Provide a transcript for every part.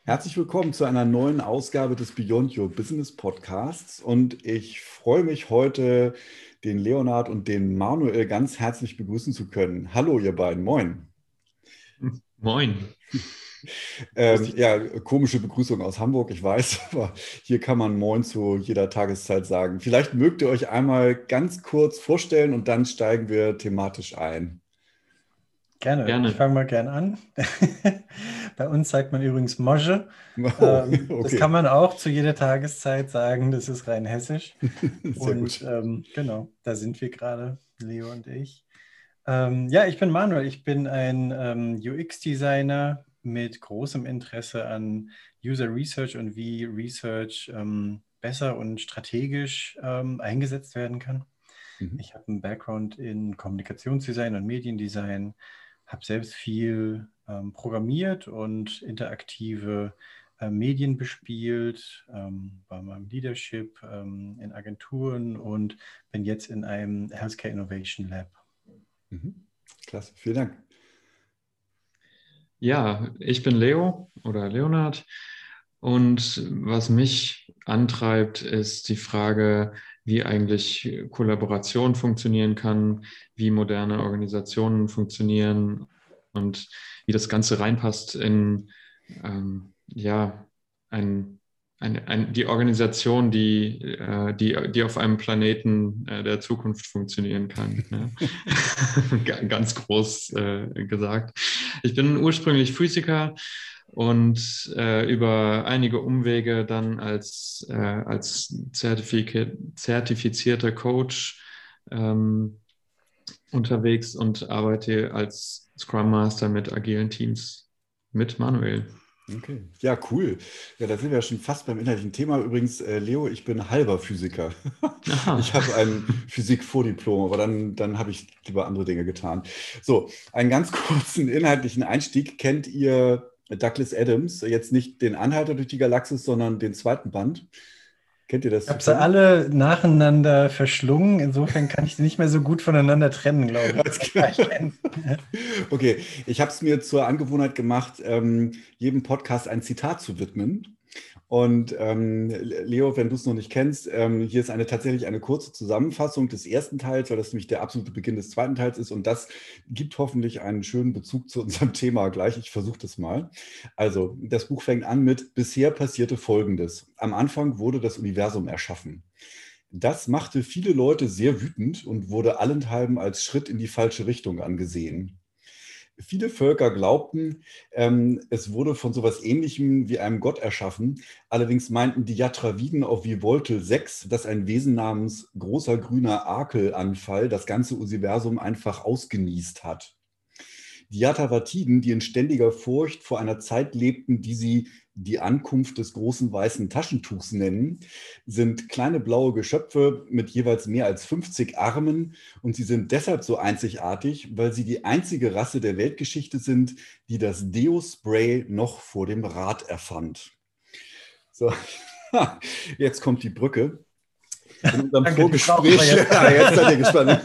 Herzlich willkommen zu einer neuen Ausgabe des Beyond Your Business Podcasts. Und ich freue mich heute, den Leonhard und den Manuel ganz herzlich begrüßen zu können. Hallo, ihr beiden. Moin. Moin. Grüß dich. Ja, komische Begrüßung aus Hamburg, ich weiß, aber hier kann man Moin zu jeder Tageszeit sagen. Vielleicht mögt ihr euch einmal ganz kurz vorstellen und dann steigen wir thematisch ein. Gerne, ich Gerne. fange mal gern an. Bei uns sagt man übrigens Mosche. Oh, Das okay. kann man auch zu jeder Tageszeit sagen, das ist rein hessisch. Sehr Und gut. genau, da sind wir gerade, Leo und ich. Ja, ich bin Manuel, ich bin ein UX-Designer mit großem Interesse an User Research und wie Research besser und strategisch eingesetzt werden kann. Mhm. Ich habe einen Background in Kommunikationsdesign und Mediendesign, habe selbst viel programmiert und interaktive Medien bespielt, bei meinem Leadership in Agenturen und bin jetzt in einem Healthcare Innovation Lab. Mhm. Klasse, vielen Dank. Ja, ich bin Leo oder Leonhard und was mich antreibt, ist die Frage, wie eigentlich Kollaboration funktionieren kann, wie moderne Organisationen funktionieren und wie das Ganze reinpasst in ja, die Organisation, die auf einem Planeten der Zukunft funktionieren kann. Ne? Ganz groß gesagt. Ich bin ursprünglich Physiker und über einige Umwege dann als zertifizierter Coach unterwegs und arbeite als Scrum Master mit agilen Teams mit Manuel. Okay, ja, cool. Ja, da sind wir ja schon fast beim inhaltlichen Thema. Übrigens, Leo, ich bin halber Physiker. Aha. Ich habe ein Physik-Vordiplom, aber dann habe ich lieber andere Dinge getan. So, einen ganz kurzen inhaltlichen Einstieg. Kennt ihr Douglas Adams? Jetzt nicht den Anhalter durch die Galaxis, sondern den zweiten Band. Kennt ihr das Ich habe sie zufällig? alle nacheinander verschlungen, insofern kann ich sie nicht mehr so gut voneinander trennen, glaube ich. Alles klar. Okay, ich habe es mir zur Angewohnheit gemacht, jedem Podcast ein Zitat zu widmen. Und Leo, wenn du es noch nicht kennst, hier ist tatsächlich eine kurze Zusammenfassung des ersten Teils, weil das nämlich der absolute Beginn des zweiten Teils ist. Und das gibt hoffentlich einen schönen Bezug zu unserem Thema gleich. Ich versuche das mal. Also, das Buch fängt an mit: Bisher passierte Folgendes. Am Anfang wurde das Universum erschaffen. Das machte viele Leute sehr wütend und wurde allenthalben als Schritt in die falsche Richtung angesehen. Viele Völker glaubten, es wurde von sowas Ähnlichem wie einem Gott erschaffen. Allerdings meinten die Jatraviden auf Vivolte 6, dass ein Wesen namens großer grüner Akelanfall das ganze Universum einfach ausgenießt hat. Die Jatavatiden, die in ständiger Furcht vor einer Zeit lebten, die sie die Ankunft des großen weißen Taschentuchs nennen, sind kleine blaue Geschöpfe mit jeweils mehr als 50 Armen, und sie sind deshalb so einzigartig, weil sie die einzige Rasse der Weltgeschichte sind, die das Deo-Spray noch vor dem Rad erfand. So, jetzt kommt die Brücke. In unserem Danke, die brauchen wir Vorgespräch, jetzt. ja, jetzt seid ihr gespannt.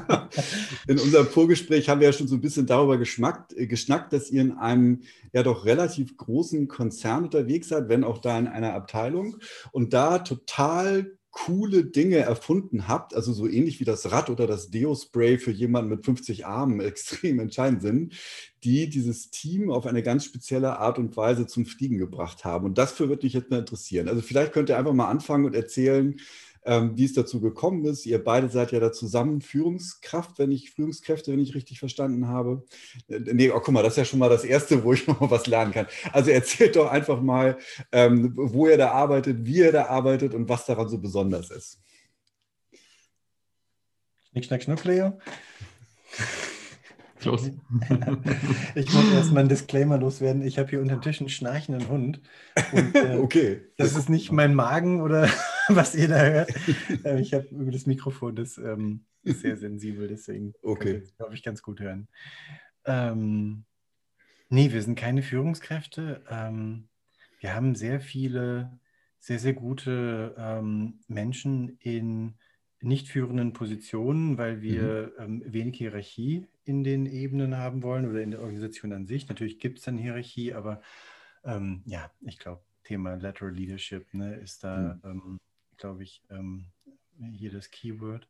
In unserem Vorgespräch haben wir ja schon so ein bisschen darüber geschnackt, dass ihr in einem ja doch relativ großen Konzern unterwegs seid, wenn auch da in einer Abteilung, und da total coole Dinge erfunden habt, also so ähnlich wie das Rad oder das Deo-Spray für jemanden mit 50 Armen extrem entscheidend sind, die dieses Team auf eine ganz spezielle Art und Weise zum Fliegen gebracht haben. Und das würde mich jetzt mal interessieren. Also vielleicht könnt ihr einfach mal anfangen und erzählen, wie es dazu gekommen ist. Ihr beide seid ja da zusammen Führungskräfte, wenn ich richtig verstanden habe. Nee, oh, guck mal, das ist ja schon mal das Erste, wo ich noch mal was lernen kann. Also erzählt doch einfach mal, wo ihr da arbeitet, wie ihr da arbeitet und was daran so besonders ist. Schnick, schnack, schnuck, Leo. Los. Ich muss erstmal einen Disclaimer loswerden. Ich habe hier unter dem Tisch einen schnarchenden Hund. Und Okay. das ist nicht mein Magen oder was ihr da hört. Ich habe über das Mikrofon, das ist sehr sensibel, deswegen könnt ihr Okay. es, glaube ich, ganz gut hören. Nee, wir sind keine Führungskräfte. Wir haben sehr viele, sehr, sehr gute Menschen in nicht führenden Positionen, weil Mhm. wir wenig Hierarchie in den Ebenen haben wollen oder in der Organisation an sich. Natürlich gibt es dann Hierarchie, aber Ja, ich glaube, Thema Lateral Leadership, ne, ist da, glaube ich, hier das Keyword.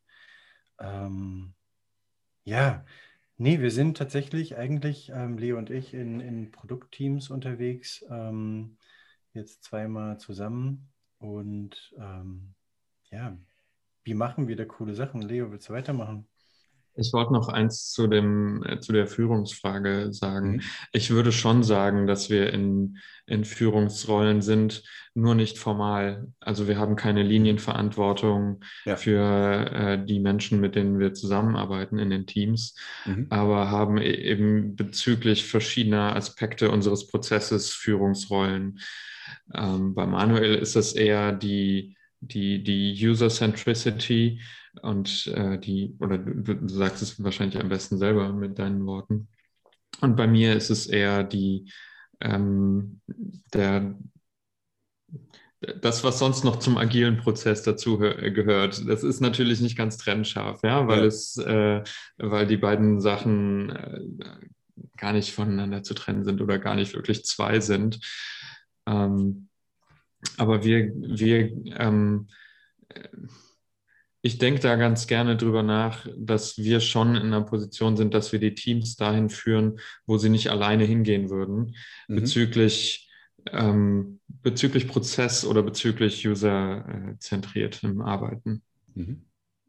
Ja, nee, wir sind tatsächlich eigentlich, Leo und ich, in Produktteams unterwegs, jetzt zweimal zusammen. Und ja, wie machen wir da coole Sachen? Leo, willst du weitermachen? Ich wollte noch eins zu der Führungsfrage sagen. Mhm. Ich würde schon sagen, dass wir in Führungsrollen sind, nur nicht formal. Also wir haben keine Linienverantwortung Ja. für die Menschen, mit denen wir zusammenarbeiten in den Teams, Mhm. aber haben eben bezüglich verschiedener Aspekte unseres Prozesses Führungsrollen. Bei Manuel ist es eher die User-Centricity und oder du sagst es wahrscheinlich am besten selber mit deinen Worten. Und bei mir ist es eher der, das, was sonst noch zum agilen Prozess dazu gehört. Das ist natürlich nicht ganz trennscharf, ja, Ja. weil die beiden Sachen gar nicht voneinander zu trennen sind oder gar nicht wirklich zwei sind. Aber ich denke da ganz gerne drüber nach, dass wir schon in einer Position sind, dass wir die Teams dahin führen, wo sie nicht alleine hingehen würden, Mhm. bezüglich Prozess oder bezüglich user-zentriertem Arbeiten. Mhm.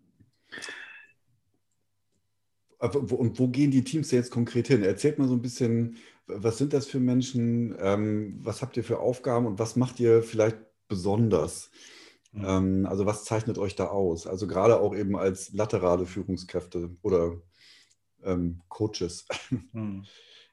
Und wo gehen die Teams jetzt konkret hin? Erzählt mal so ein bisschen, was sind das für Menschen? Was habt ihr für Aufgaben und was macht ihr vielleicht besonders? Also was zeichnet euch da aus? Also gerade auch eben als laterale Führungskräfte oder Coaches. Hm.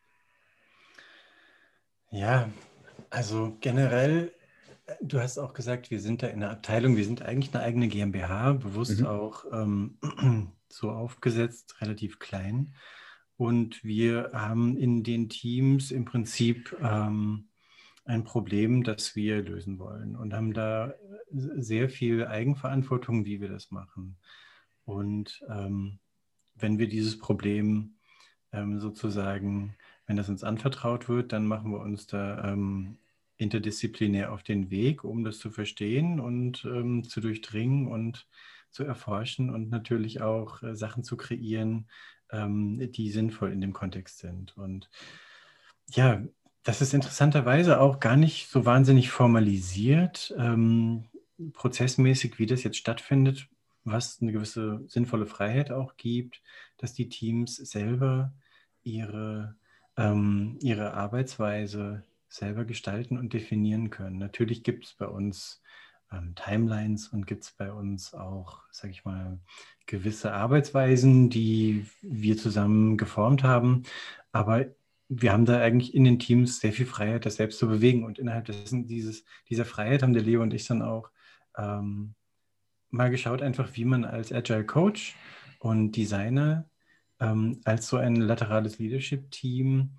Ja, also generell, du hast auch gesagt, wir sind da in der Abteilung, wir sind eigentlich eine eigene GmbH, bewusst Mhm. auch so aufgesetzt, relativ klein. Und wir haben in den Teams im Prinzip ein Problem, das wir lösen wollen und haben da sehr viel Eigenverantwortung, wie wir das machen. Und wenn wir dieses Problem sozusagen, wenn das uns anvertraut wird, dann machen wir uns da interdisziplinär auf den Weg, um das zu verstehen und zu durchdringen und zu erforschen und natürlich auch Sachen zu kreieren, die sinnvoll in dem Kontext sind. Und ja, das ist interessanterweise auch gar nicht so wahnsinnig formalisiert, prozessmäßig, wie das jetzt stattfindet, was eine gewisse sinnvolle Freiheit auch gibt, dass die Teams selber ihre Arbeitsweise selber gestalten und definieren können. Natürlich gibt es bei uns Timelines und gibt es bei uns auch, sage ich mal, gewisse Arbeitsweisen, die wir zusammen geformt haben. Aber wir haben da eigentlich in den Teams sehr viel Freiheit, das selbst zu bewegen. Und innerhalb dieser Freiheit haben der Leo und ich dann auch mal geschaut, einfach wie man als Agile Coach und Designer als so ein laterales Leadership-Team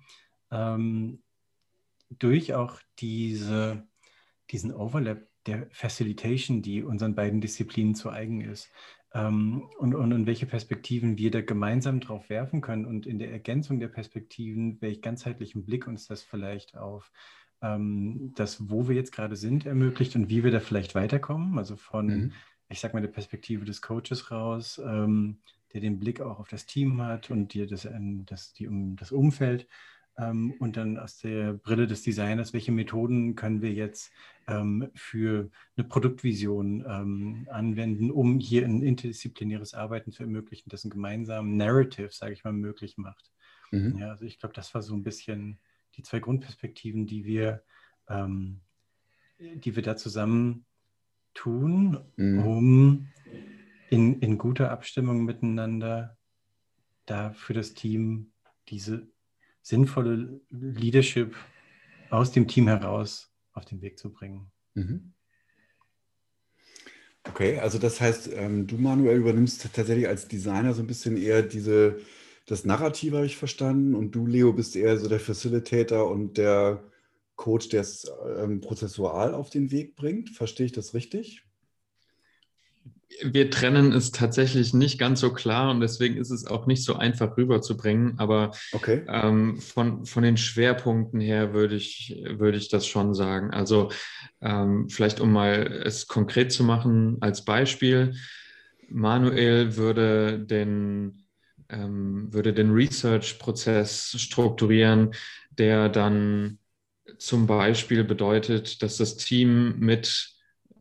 durch auch diesen Overlap der Facilitation, die unseren beiden Disziplinen zu eigen ist, und welche Perspektiven wir da gemeinsam drauf werfen können und in der Ergänzung der Perspektiven, welch ganzheitlichen Blick uns das vielleicht auf das, wo wir jetzt gerade sind, ermöglicht und wie wir da vielleicht weiterkommen, also von, Mhm. ich sag mal, der Perspektive des Coaches raus, der den Blick auch auf das Team hat und das Umfeld. Und dann aus der Brille des Designers, welche Methoden können wir jetzt für eine Produktvision anwenden, um hier ein interdisziplinäres Arbeiten zu ermöglichen, das einen gemeinsamen Narrative, sage ich mal, möglich macht. Mhm. Ja, also ich glaube, das war so ein bisschen die zwei Grundperspektiven, die wir da zusammen tun, Mhm. um in guter Abstimmung miteinander da für das Team diese sinnvolle Leadership aus dem Team heraus auf den Weg zu bringen. Mhm. Okay, also das heißt, du, Manuel, übernimmst tatsächlich als Designer so ein bisschen eher das Narrative, habe ich verstanden, und du, Leo, bist eher so der Facilitator und der Coach, der es prozessual auf den Weg bringt. Verstehe ich das richtig? wir trennen es tatsächlich nicht ganz so klar und deswegen ist es auch nicht so einfach rüberzubringen, aber Okay. von den Schwerpunkten her würde ich das schon sagen. Also vielleicht um mal es konkret zu machen als Beispiel, Manuel würde den Research-Prozess strukturieren, der dann zum Beispiel bedeutet, dass das Team mit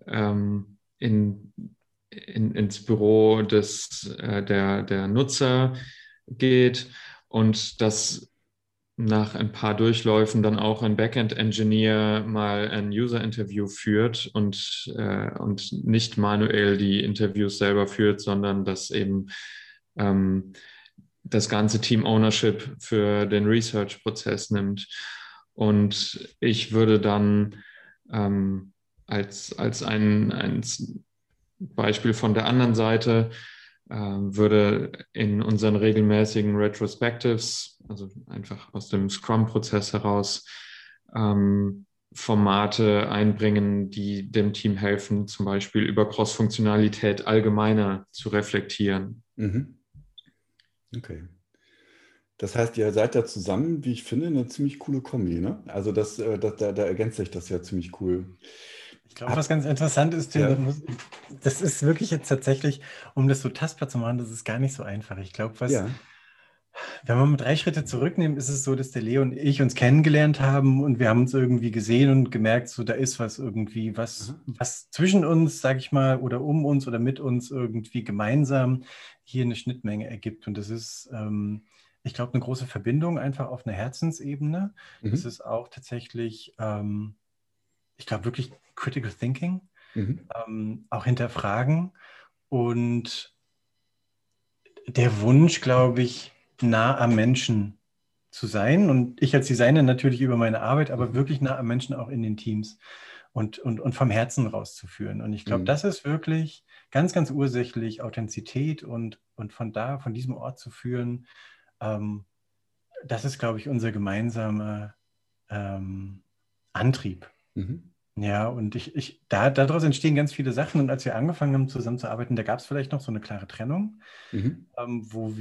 ins Büro der Nutzer geht und dass nach ein paar Durchläufen dann auch ein Backend-Engineer mal ein User-Interview führt und nicht manuell die Interviews selber führt, sondern dass eben das ganze Team Ownership für den Research-Prozess nimmt. Und ich würde dann als ein Beispiel von der anderen Seite würde in unseren regelmäßigen Retrospectives, also einfach aus dem Scrum-Prozess heraus, Formate einbringen, die dem Team helfen, zum Beispiel über Cross-Funktionalität allgemeiner zu reflektieren. Mhm. Okay. Das heißt, ihr seid da zusammen, wie ich finde, eine ziemlich coole Kombi, ne? Also da ergänzt sich das ja ziemlich cool. Ich glaube, was ganz interessant ist, Tim, Ja. das ist wirklich jetzt tatsächlich, um das so tastbar zu machen, das ist gar nicht so einfach. Ich glaube, Ja. wenn wir mal 3 Schritte zurücknehmen, ist es so, dass der Leo und ich uns kennengelernt haben und wir haben uns irgendwie gesehen und gemerkt, so da ist was irgendwie, was zwischen uns, sag ich mal, oder um uns oder mit uns irgendwie gemeinsam hier eine Schnittmenge ergibt. Und das ist, ich glaube, eine große Verbindung einfach auf einer Herzensebene. Das Mhm. ist auch tatsächlich, ich glaube, wirklich Critical Thinking, Mhm. auch hinterfragen und der Wunsch, glaube ich, nah am Menschen zu sein. Und ich als Designer natürlich über meine Arbeit, aber wirklich nah am Menschen auch in den Teams und vom Herzen rauszuführen. Und ich glaube, Mhm. das ist wirklich ganz, ganz ursächlich Authentizität und von diesem Ort zu führen, das ist, glaube ich, unser gemeinsamer Antrieb. Mhm. Ja, und daraus entstehen ganz viele Sachen. Und als wir angefangen haben, zusammenzuarbeiten, da gab es vielleicht noch so eine klare Trennung, Mhm. wo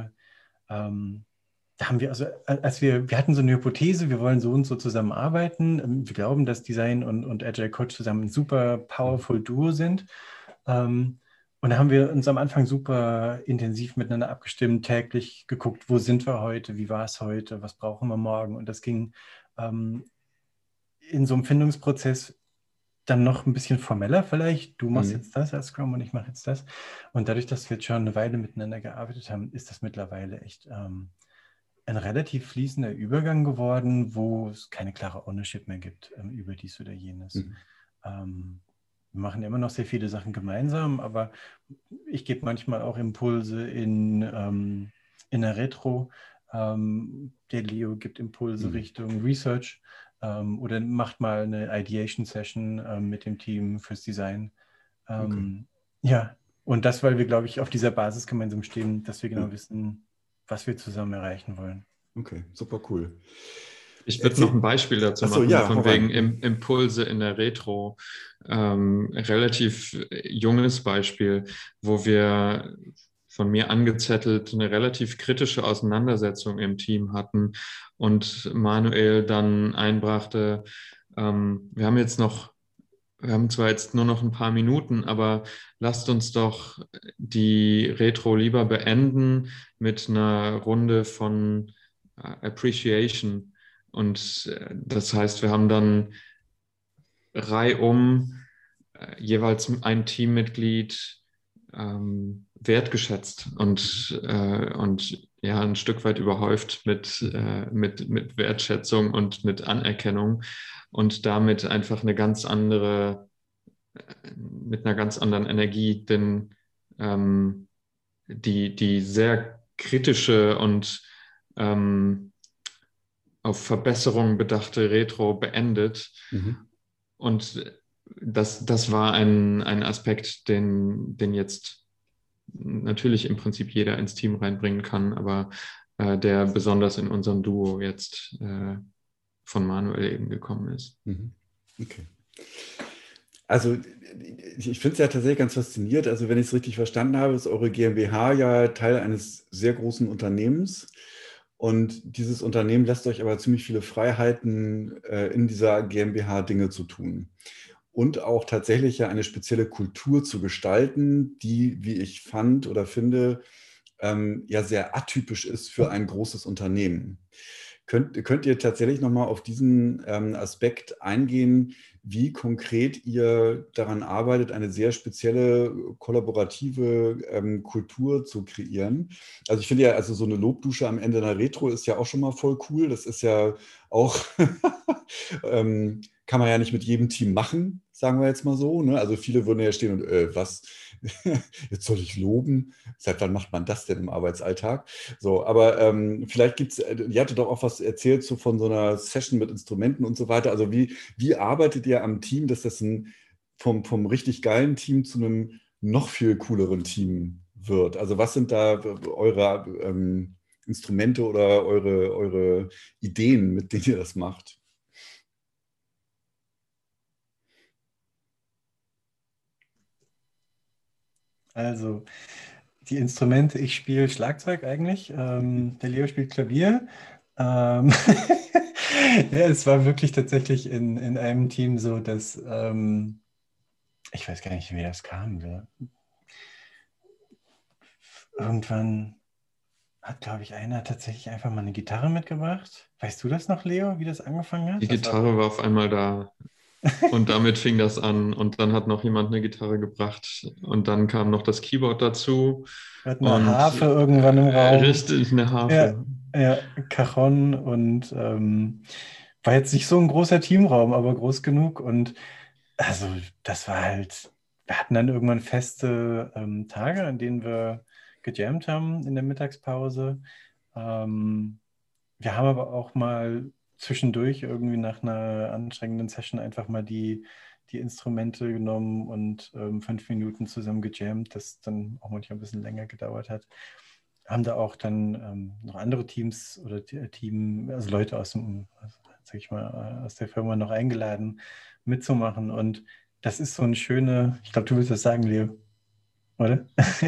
da haben wir also, wir hatten so eine Hypothese, wir wollen so und so zusammenarbeiten. Wir glauben, dass Design und Agile Coach zusammen ein super powerful Duo sind. Und da haben wir uns am Anfang super intensiv miteinander abgestimmt, täglich geguckt, wo sind wir heute, wie war es heute, was brauchen wir morgen. Und das ging in so einem Findungsprozess dann noch ein bisschen formeller vielleicht. Du machst Mhm. jetzt das als Scrum und ich mache jetzt das. Und dadurch, dass wir jetzt schon eine Weile miteinander gearbeitet haben, ist das mittlerweile echt ein relativ fließender Übergang geworden, wo es keine klare Ownership mehr gibt über dies oder jenes. Mhm. Wir machen immer noch sehr viele Sachen gemeinsam, aber ich gebe manchmal auch Impulse in der Retro. Der Leo gibt Impulse Mhm. Richtung Research oder macht mal eine Ideation-Session mit dem Team fürs Design. Okay. Ja, und das, weil wir, glaube ich, auf dieser Basis gemeinsam stehen, dass wir Ja. genau wissen, was wir zusammen erreichen wollen. Okay, super cool. Ich würde noch ein Erzähl. Beispiel dazu Achso, machen, ja, hau von wegen rein. Impulse in der Retro. Relativ junges Beispiel, wo wir von mir angezettelt eine relativ kritische Auseinandersetzung im Team hatten und Manuel dann einbrachte, wir haben zwar jetzt nur noch ein paar Minuten, aber lasst uns doch die Retro lieber beenden mit einer Runde von Appreciation. Und das heißt, wir haben dann reihum jeweils ein Teammitglied wertgeschätzt und ja, ein Stück weit überhäuft mit Wertschätzung und mit Anerkennung und damit einfach mit einer ganz anderen Energie, denn die sehr kritische und auf Verbesserung bedachte Retro beendet. Mhm. Und das war ein Aspekt, den jetzt natürlich im Prinzip jeder ins Team reinbringen kann, aber der besonders in unserem Duo jetzt von Manuel eben gekommen ist. Mhm. Okay. Also ich finde es ja tatsächlich ganz faszinierend. Also wenn ich es richtig verstanden habe, ist eure GmbH ja Teil eines sehr großen Unternehmens. Und dieses Unternehmen lässt euch aber ziemlich viele Freiheiten, in dieser GmbH Dinge zu tun. Und auch tatsächlich ja eine spezielle Kultur zu gestalten, die, wie ich fand oder finde, ja sehr atypisch ist für ein großes Unternehmen. Könnt ihr tatsächlich nochmal auf diesen Aspekt eingehen, wie konkret ihr daran arbeitet, eine sehr spezielle kollaborative Kultur zu kreieren? Also ich finde ja, also so eine Lobdusche am Ende einer Retro ist ja auch schon mal voll cool. Das ist ja auch, kann man ja nicht mit jedem Team machen, sagen wir jetzt mal so. Ne? Also viele würden ja stehen und, was, jetzt soll ich loben? Seit wann macht man das denn im Arbeitsalltag? So, aber vielleicht gibt es, ihr hattet doch auch was erzählt so von so einer Session mit Instrumenten und so weiter. Also wie arbeitet ihr am Team, dass das vom richtig geilen Team zu einem noch viel cooleren Team wird? Also was sind da eure Instrumente oder eure Ideen, mit denen ihr das macht? Also die Instrumente, ich spiele Schlagzeug eigentlich, der Leo spielt Klavier. Ähm, ja, es war wirklich tatsächlich in einem Team so, dass ich weiß gar nicht, wie das kam. Irgendwann hat, glaube ich, einer tatsächlich einfach mal eine Gitarre mitgebracht. Weißt du das noch, Leo, wie das angefangen hat? Die Gitarre war auf einmal da und damit fing das an und dann hat noch jemand eine Gitarre gebracht und dann kam noch das Keyboard dazu Wir hatten eine und Harfe irgendwann im Raum. richtig eine Ja, Harfe. ja, Cajon und war jetzt nicht so ein großer Teamraum, aber groß genug. Und also das war halt, wir hatten dann irgendwann feste Tage, an denen wir gejammt haben in der Mittagspause. Ähm, Wir haben aber auch mal zwischendurch irgendwie nach einer anstrengenden Session einfach mal die Instrumente genommen und 5 Minuten zusammen gejammt, das dann auch manchmal ein bisschen länger gedauert hat. Haben da auch dann noch andere Teams oder Team, also Leute aus dem, also, sag ich mal, aus der Firma noch eingeladen, mitzumachen. Und das ist so eine schöne, ich glaube, du willst das sagen, Leo, oder?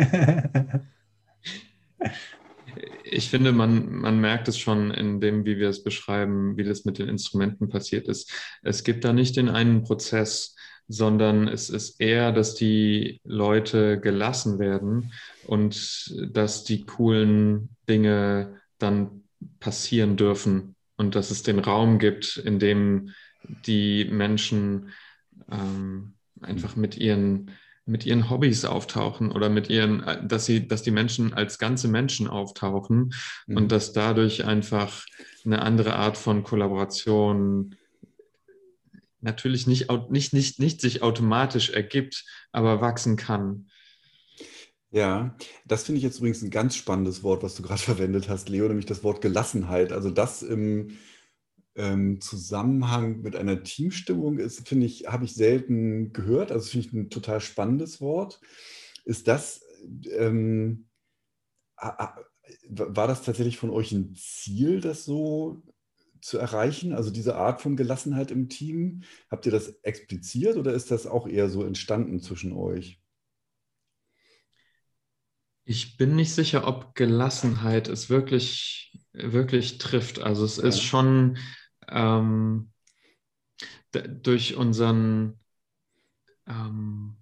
Ich finde, man merkt es schon in dem, wie wir es beschreiben, wie das mit den Instrumenten passiert ist. Es gibt da nicht den einen Prozess, sondern es ist eher, dass die Leute gelassen werden und dass die coolen Dinge dann passieren dürfen und dass es den Raum gibt, in dem die Menschen einfach mit ihren Hobbys auftauchen oder mit ihren, dass die Menschen als ganze Menschen auftauchen und dass dadurch einfach eine andere Art von Kollaboration natürlich nicht sich automatisch ergibt, aber wachsen kann. Ja, das finde ich jetzt übrigens ein ganz spannendes Wort, was du gerade verwendet hast, Leo, nämlich das Wort Gelassenheit. Also das im Zusammenhang mit einer Teamstimmung ist, finde ich, habe ich selten gehört. Also finde ich ein total spannendes Wort. Ist das, ähm, war das tatsächlich von euch ein Ziel, das so zu erreichen? Also diese Art von Gelassenheit im Team? Habt ihr das expliziert oder ist das auch eher so entstanden zwischen euch? Ich bin nicht sicher, ob Gelassenheit es wirklich trifft. Also es ist Ja. schon ähm, durch unseren ähm,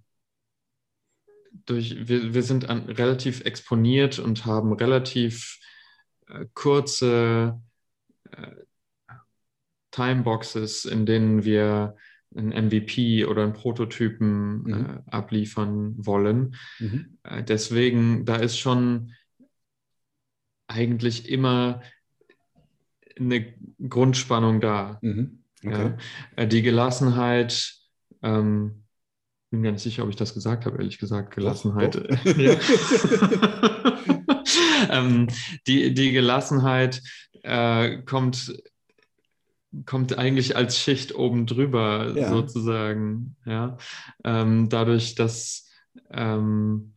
wir sind relativ exponiert und haben relativ kurze äh, Timeboxes, in denen wir einen MVP oder einen Prototypen Mhm. abliefern wollen. Mhm. Deswegen, da ist schon eigentlich immer eine Grundspannung da. Mhm. Okay. Ja? Die Gelassenheit, bin gar nicht sicher, ob ich das gesagt habe, ehrlich gesagt, Doch, Gelassenheit. doch. Ja. ähm, die Gelassenheit kommt eigentlich als Schicht oben drüber, Ja. sozusagen. Ja? Dadurch, ähm,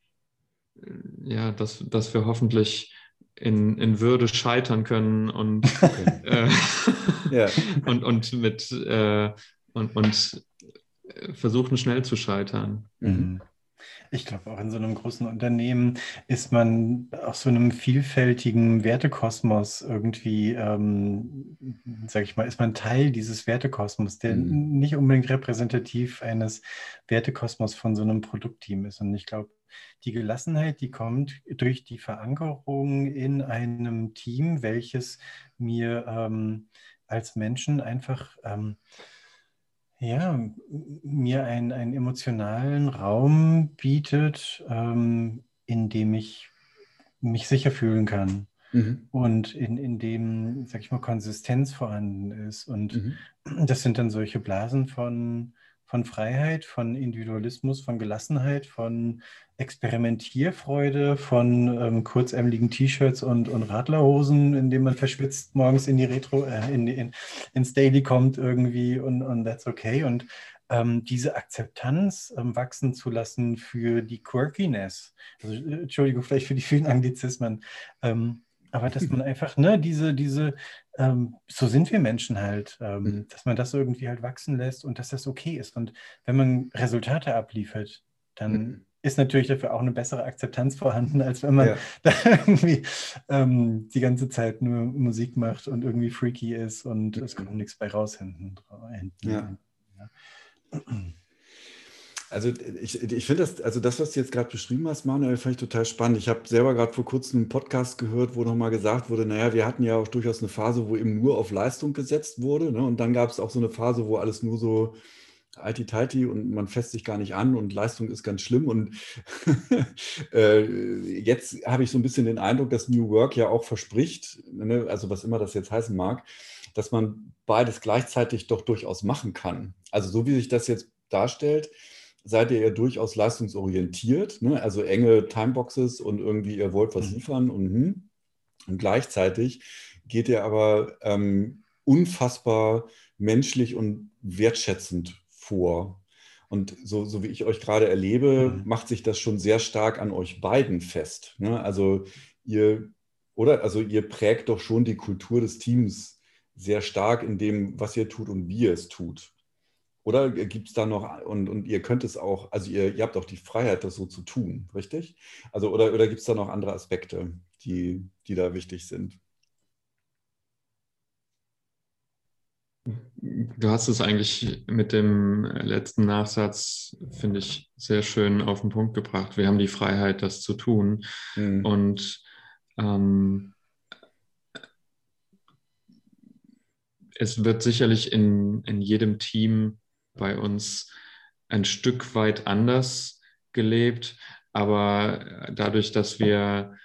dass wir hoffentlich in Würde scheitern können Okay. äh, Ja. und mit und versuchen schnell zu scheitern. Mhm. Ich glaube, auch in so einem großen Unternehmen ist man aus so einem vielfältigen Wertekosmos irgendwie, sage ich mal, ist man Teil dieses Wertekosmos, der Mhm. nicht unbedingt repräsentativ eines Wertekosmos von so einem Produktteam ist. Und ich glaube, die Gelassenheit, die kommt durch die Verankerung in einem Team, welches mir als Menschen einfach ja, mir einen emotionalen Raum bietet, in dem ich mich sicher fühlen kann Mhm. und in dem, sag ich mal, Konsistenz vorhanden ist. Und Mhm. das sind dann solche Blasen von Freiheit, von Individualismus, von Gelassenheit, von Experimentierfreude, von kurzärmeligen T-Shirts und Radlerhosen, in denen man verschwitzt morgens in die ins Daily kommt irgendwie und that's okay. Und diese Akzeptanz wachsen zu lassen für die Quirkiness. Also, Entschuldigung, vielleicht für die vielen Anglizismen. Aber dass man einfach, ne, so sind wir Menschen halt, Mhm. dass man das irgendwie halt wachsen lässt und dass das okay ist. Und wenn man Resultate abliefert, dann Mhm. ist natürlich dafür auch eine bessere Akzeptanz vorhanden, als wenn man Ja. da irgendwie die ganze Zeit nur Musik macht und irgendwie freaky ist und es kommt Mhm. nichts bei raus Ja. ja. Also ich finde das, also das, was du jetzt gerade beschrieben hast, Manuel, fand ich total spannend. Ich habe selber gerade vor kurzem einen Podcast gehört, wo nochmal gesagt wurde, naja, wir hatten ja auch durchaus eine Phase, wo eben nur auf Leistung gesetzt wurde, ne? Und dann gab es auch so eine Phase, wo alles nur so Heiti-Teiti und man fässt sich gar nicht an und Leistung ist ganz schlimm. Und jetzt habe ich so ein bisschen den Eindruck, dass New Work ja auch verspricht, ne, also was immer das jetzt heißen mag, dass man beides gleichzeitig doch durchaus machen kann. Also so wie sich das jetzt darstellt, seid ihr ja durchaus leistungsorientiert, ne? Also enge Timeboxes und irgendwie ihr wollt was Mhm. liefern und gleichzeitig geht ihr aber unfassbar menschlich und wertschätzend vor. Und so wie ich euch gerade erlebe, Mhm. macht sich das schon sehr stark an euch beiden fest. Ne? Also ihr, oder? Also ihr prägt doch schon die Kultur des Teams sehr stark in dem, was ihr tut und wie ihr es tut. Oder gibt es da noch, und ihr könnt es auch, also ihr habt auch die Freiheit, das so zu tun, richtig? Also, oder gibt es da noch andere Aspekte, die da wichtig sind? Du hast es eigentlich mit dem letzten Nachsatz, finde ich, sehr schön auf den Punkt gebracht. Wir haben die Freiheit, das zu tun. Hm. Und ähm, es wird sicherlich in jedem Team bei uns ein Stück weit anders gelebt, aber dadurch, dass wir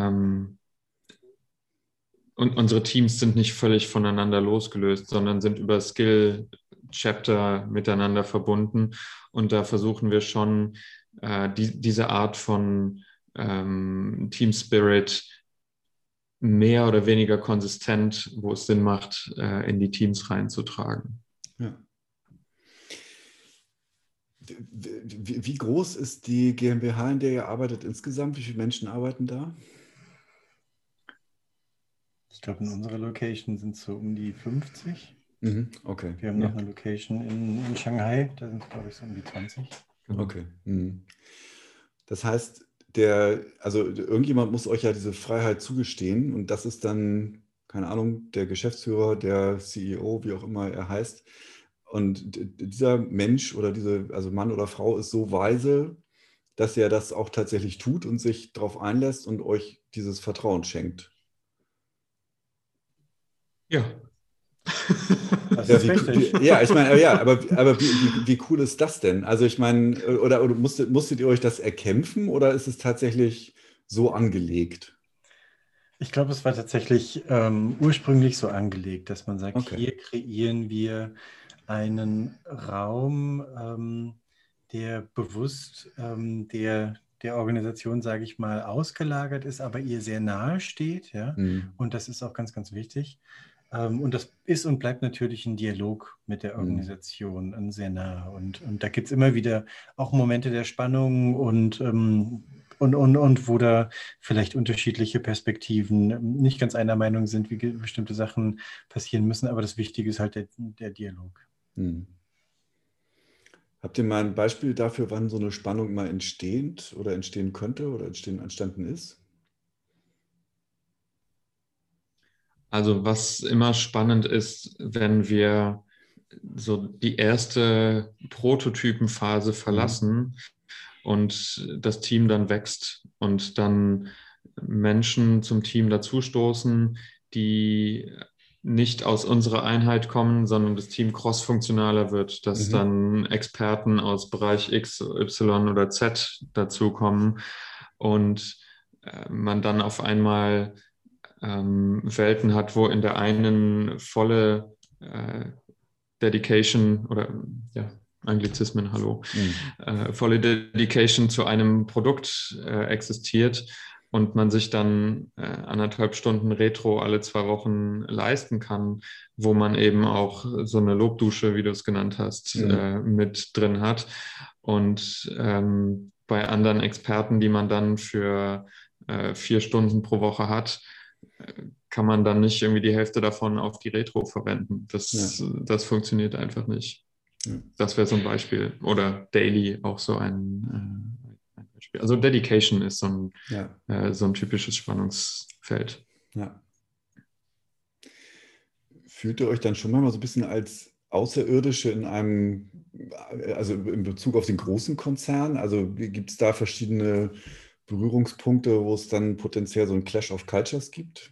und unsere Teams sind nicht völlig voneinander losgelöst, sondern sind über Skill-Chapter miteinander verbunden. Und da versuchen wir schon, diese Art von Team Spirit mehr oder weniger konsistent, wo es Sinn macht, in die Teams reinzutragen. Ja. Wie groß ist die GmbH, in der ihr arbeitet insgesamt? Wie viele Menschen arbeiten da? Ich glaube, in unserer Location sind es so um die 50. Mhm, okay. Wir haben Ja. noch eine Location in Shanghai, da sind es, glaube ich, so um die 20. Genau. Okay. Mhm. Das heißt, also irgendjemand muss euch ja diese Freiheit zugestehen und das ist dann, keine Ahnung, der Geschäftsführer, der CEO, wie auch immer er heißt. Und dieser Mensch oder also Mann oder Frau ist so weise, dass er das auch tatsächlich tut und sich darauf einlässt und euch dieses Vertrauen schenkt. Ja. Das ist richtig. Ja, ich meine, ja, aber wie cool ist das denn? Also ich meine, oder musstet ihr euch das erkämpfen oder ist es tatsächlich so angelegt? Ich glaube, es war tatsächlich ursprünglich so angelegt, dass man sagt, Okay. hier kreieren wir einen Raum, der bewusst der Organisation, sage ich mal, ausgelagert ist, aber ihr sehr nahe steht. Ja? Hm, Und das ist auch ganz, ganz wichtig. Und das ist und bleibt natürlich ein Dialog mit der hm, Organisation sehr nah. Und da gibt es immer wieder auch Momente der Spannung und wo da vielleicht unterschiedliche Perspektiven nicht ganz einer Meinung sind, wie bestimmte Sachen passieren müssen. Aber das Wichtige ist halt der Dialog. hm. Habt ihr mal ein Beispiel dafür, wann so eine Spannung mal entsteht oder entstehen könnte oder entstanden ist? Also was immer spannend ist, wenn wir so die erste Prototypenphase verlassen und das Team dann wächst und dann Menschen zum Team dazustoßen, die nicht aus unserer Einheit kommen, sondern das Team crossfunktionaler wird, dass dann Experten aus Bereich X, Y oder Z dazukommen und man dann auf einmal Welten hat, wo in der einen volle Dedication oder ja, Anglizismen, hallo, volle Dedication zu einem Produkt existiert und man sich dann 1,5 Stunden Retro alle 2 Wochen leisten kann, wo man eben auch so eine Lobdusche, wie du es genannt hast, mit drin hat. Und bei anderen Experten, die man dann für 4 Stunden pro Woche hat, kann man dann nicht irgendwie die Hälfte davon auf die Retro verwenden. Das funktioniert einfach nicht. Ja. Das wäre so ein Beispiel. Oder Daily auch so ein Beispiel. Also Dedication ist so ein typisches Spannungsfeld. Ja. Fühlt ihr euch dann schon mal so ein bisschen als Außerirdische also in Bezug auf den großen Konzern? Also gibt es da verschiedene Berührungspunkte, wo es dann potenziell so ein Clash of Cultures gibt?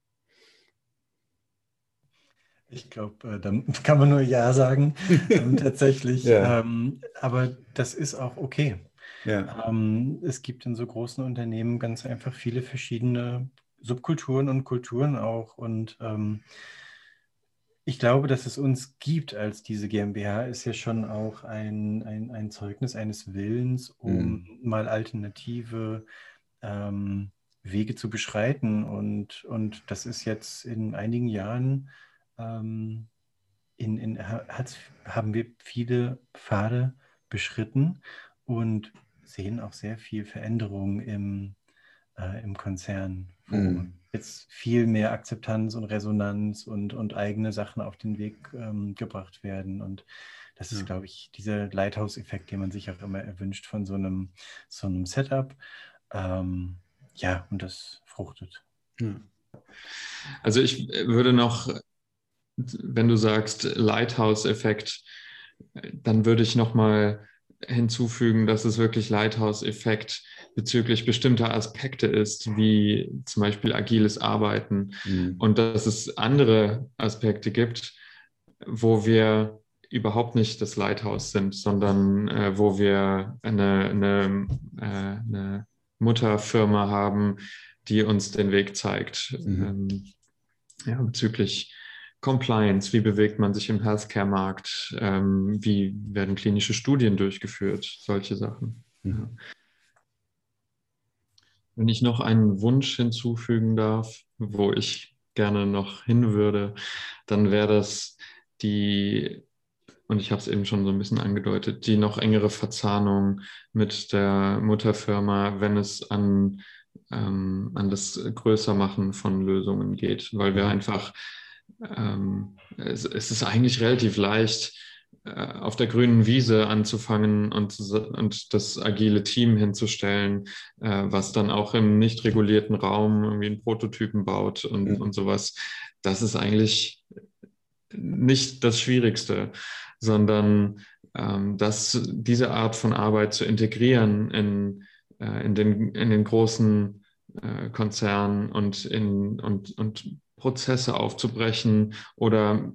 Ich glaube, da kann man nur Ja sagen, tatsächlich. Ja. Aber das ist auch okay. Ja. Es gibt in so großen Unternehmen ganz einfach viele verschiedene Subkulturen und Kulturen auch. Und ich glaube, dass es uns gibt als diese GmbH, ist ja schon auch ein Zeugnis eines Willens, um mal alternative Wege zu beschreiten. Und das ist jetzt in einigen Jahren, haben wir viele Pfade beschritten und sehen auch sehr viel Veränderung im Konzern, wo jetzt viel mehr Akzeptanz und Resonanz und eigene Sachen auf den Weg gebracht werden. Und das ist, glaube ich, dieser Lighthouse-Effekt, den man sich auch immer erwünscht von so einem Setup. Ja, und das fruchtet. Ja. Also ich würde noch, wenn du sagst Lighthouse-Effekt, dann würde ich noch mal hinzufügen, dass es wirklich Lighthouse-Effekt bezüglich bestimmter Aspekte ist, wie zum Beispiel agiles Arbeiten. Und dass es andere Aspekte gibt, wo wir überhaupt nicht das Lighthouse sind, sondern wo wir eine Mutterfirma haben, die uns den Weg zeigt. Bezüglich Compliance, wie bewegt man sich im Healthcare-Markt, wie werden klinische Studien durchgeführt, solche Sachen. Ja. Wenn ich noch einen Wunsch hinzufügen darf, wo ich gerne noch hin würde, dann wäre das und ich habe es eben schon so ein bisschen angedeutet, die noch engere Verzahnung mit der Mutterfirma, wenn es an das Größermachen von Lösungen geht, weil wir einfach, es ist eigentlich relativ leicht, auf der grünen Wiese anzufangen und das agile Team hinzustellen, was dann auch im nicht regulierten Raum irgendwie einen Prototypen baut und sowas. Das ist eigentlich nicht das Schwierigste, sondern diese Art von Arbeit zu integrieren in den großen Konzernen und Prozesse aufzubrechen oder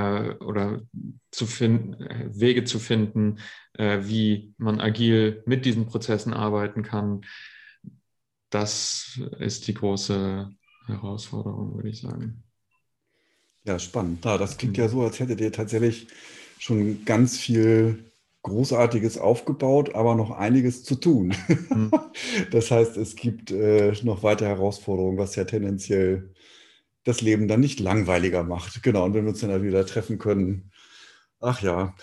Wege zu finden, wie man agil mit diesen Prozessen arbeiten kann. Das ist die große Herausforderung, würde ich sagen. Ja, spannend. Ja, das klingt ja so, als hättet ihr tatsächlich schon ganz viel Großartiges aufgebaut, aber noch einiges zu tun. Das heißt, es gibt noch weitere Herausforderungen, was ja tendenziell das Leben dann nicht langweiliger macht. Genau, und wenn wir uns dann wieder treffen können, ach ja,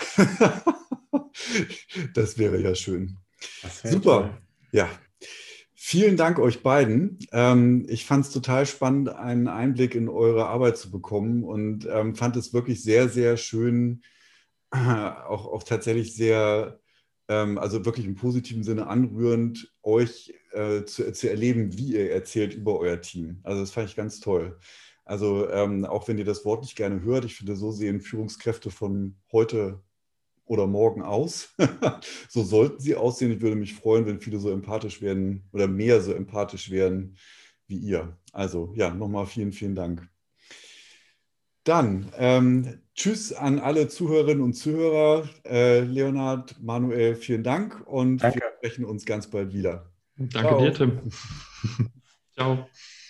das wäre ja schön. Super, toll. Ja. Vielen Dank euch beiden. Ich fand es total spannend, einen Einblick in eure Arbeit zu bekommen und fand es wirklich sehr, sehr schön, auch tatsächlich sehr, also wirklich im positiven Sinne anrührend, euch zu erleben, wie ihr erzählt über euer Team. Also das fand ich ganz toll. Also auch wenn ihr das Wort nicht gerne hört, ich finde, so sehen Führungskräfte von heute oder morgen aus. So sollten sie aussehen. Ich würde mich freuen, wenn viele so empathisch werden oder mehr so empathisch werden wie ihr. Also ja, nochmal vielen, vielen Dank. Dann tschüss an alle Zuhörerinnen und Zuhörer. Leonhard, Manuel, vielen Dank und Danke. wir sprechen uns ganz bald wieder. Danke dir, Ciao. Tim. Ciao.